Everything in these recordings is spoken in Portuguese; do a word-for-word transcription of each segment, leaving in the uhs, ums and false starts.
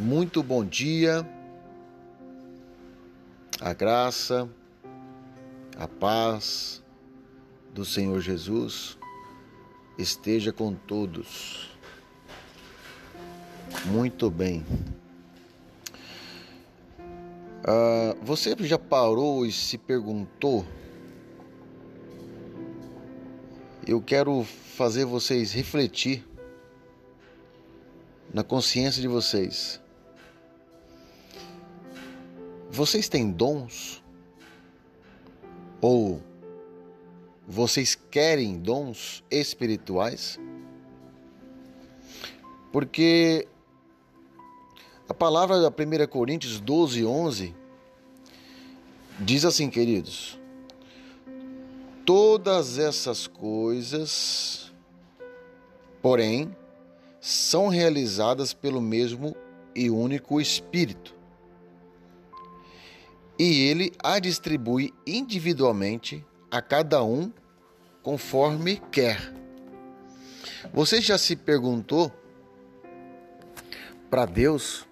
Muito bom dia, a graça, a paz do Senhor Jesus esteja com todos. Muito bem. Ah, você já parou e se perguntou? Eu quero fazer vocês refletir na consciência de vocês. Vocês têm dons? Ou vocês querem dons espirituais? Porque a palavra da primeira Coríntios doze, onze diz assim, queridos: todas essas coisas, porém, são realizadas pelo mesmo e único Espírito, e ele a distribui individualmente a cada um conforme quer. Você já se perguntou para Deus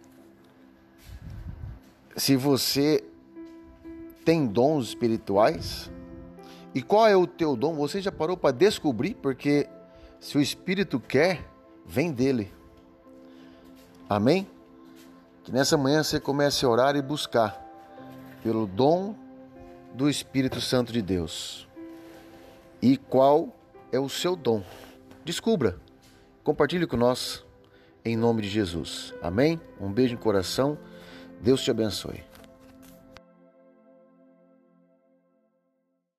se você tem dons espirituais? E qual é o teu dom? Você já parou para descobrir? Porque se o Espírito quer, vem dele. Amém? Que nessa manhã você comece a orar e buscar pelo dom do Espírito Santo de Deus. E qual é o seu dom? Descubra. Compartilhe com nós, em nome de Jesus. Amém? Um beijo no coração. Deus te abençoe.